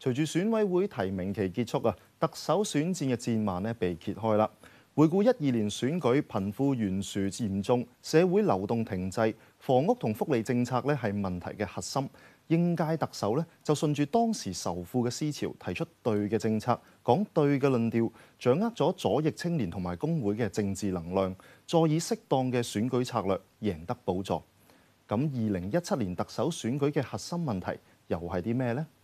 隨住選委會提名期結束啊，特首選戰嘅戰幔咧被揭開啦。回顧12年選舉，貧富懸殊嚴重，社會流動停滯，房屋同福利政策咧係問題嘅核心。應屆特首咧就順住當時仇富嘅思潮，提出對嘅政策，講對嘅論調，掌握咗左翼青年同埋工會嘅政治能量，再以適當嘅選舉策略贏得寶座。咁2017年特首選舉嘅核心問題又係啲咩呢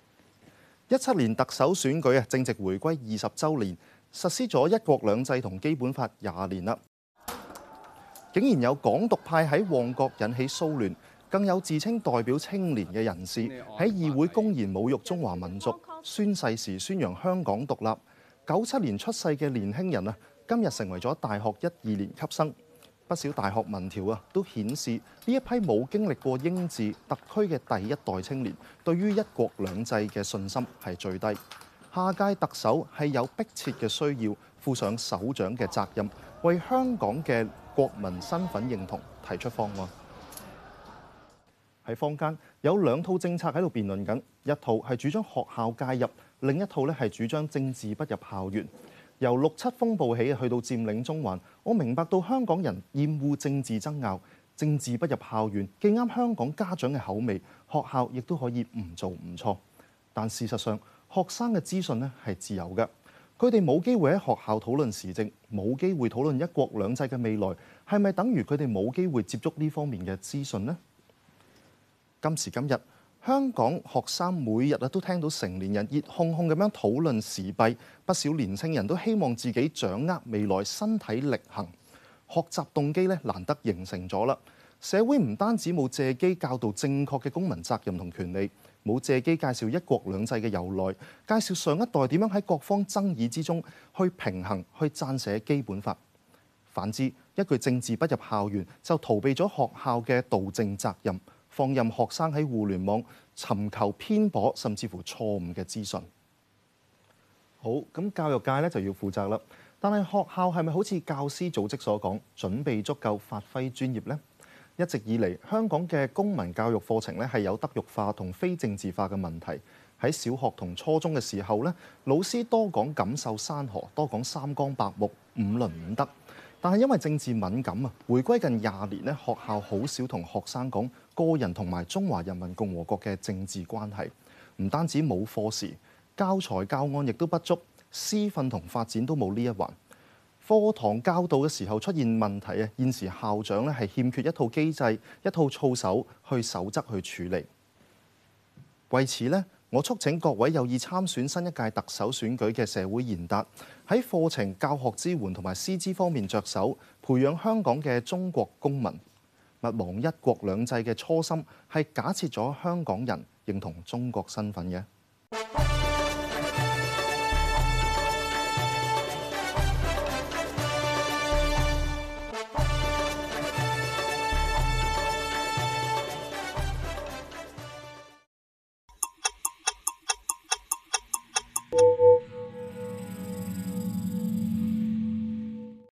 ？17年特首選舉啊，正值回歸20週年，實施咗一國兩制同基本法20年啦，竟然有港獨派喺旺角引起騷亂，更有自稱代表青年嘅人士喺議會公然侮辱中華民族，宣誓時宣揚香港獨立。97年出世嘅年輕人啊，今日成為咗大學1、2年級生。不少大學民調啊，都顯示呢一批冇經歷過英治特區嘅第一代青年，對於一國兩制嘅信心係最低。下屆特首係有迫切嘅需要，負上首長嘅責任，為香港嘅國民身份認同提出方案。喺坊間有兩套政策喺度辯論緊，一套係主張學校介入，另一套咧係主張政治不入校園。由6·7風暴起去到佔領中環，我明白到香港人厭惡政治爭拗，政治不入校園，既啱香港家長嘅口味，學校亦都可以唔做唔錯。但事實上，學生嘅資訊咧係自由嘅，佢哋冇機會喺學校討論時政，冇機會討論一國兩制嘅未來，係咪等於佢哋冇機會接觸呢方面嘅資訊呢？今時今日，香港學生每日都聽到成年人熱烘烘咁樣討論時弊，不少年輕人都希望自己掌握未來，身體力行，學習動機難得形成咗啦。社會唔單止冇借機教導正確嘅公民責任同權利，冇借機介紹一國兩制嘅由來，介紹上一代點樣喺各方爭議之中去平衡、去撰寫基本法。反之，一句政治不入校園，就逃避咗學校嘅導正責任，放任學生喺互聯網尋求偏頗甚至乎錯誤嘅資訊。好，咁教育界就要負責啦。但係學校係咪好似教師組織所講，準備足夠發揮專業呢？一直以嚟，香港嘅公民教育課程係有德育化同非政治化嘅問題。喺小學同初中嘅時候老師多講錦繡山河，多講三綱百目、五倫五德。但係因為政治敏感啊，回歸近20年學校好少同學生講個人同埋中華人民共和國嘅政治關係。唔單止冇課時，教材教案亦都不足，師訓同發展都冇呢一環。課堂教導嘅時候出現問題啊，現時校長係欠缺一套機制、一套操守去守則去處理。為此我促請各位有意參選新一屆特首選舉嘅社會賢達，喺課程、教學支援同埋師資方面着手，培養香港嘅中國公民。勿忘一國兩制嘅初心係假設咗香港人認同中國身份嘅。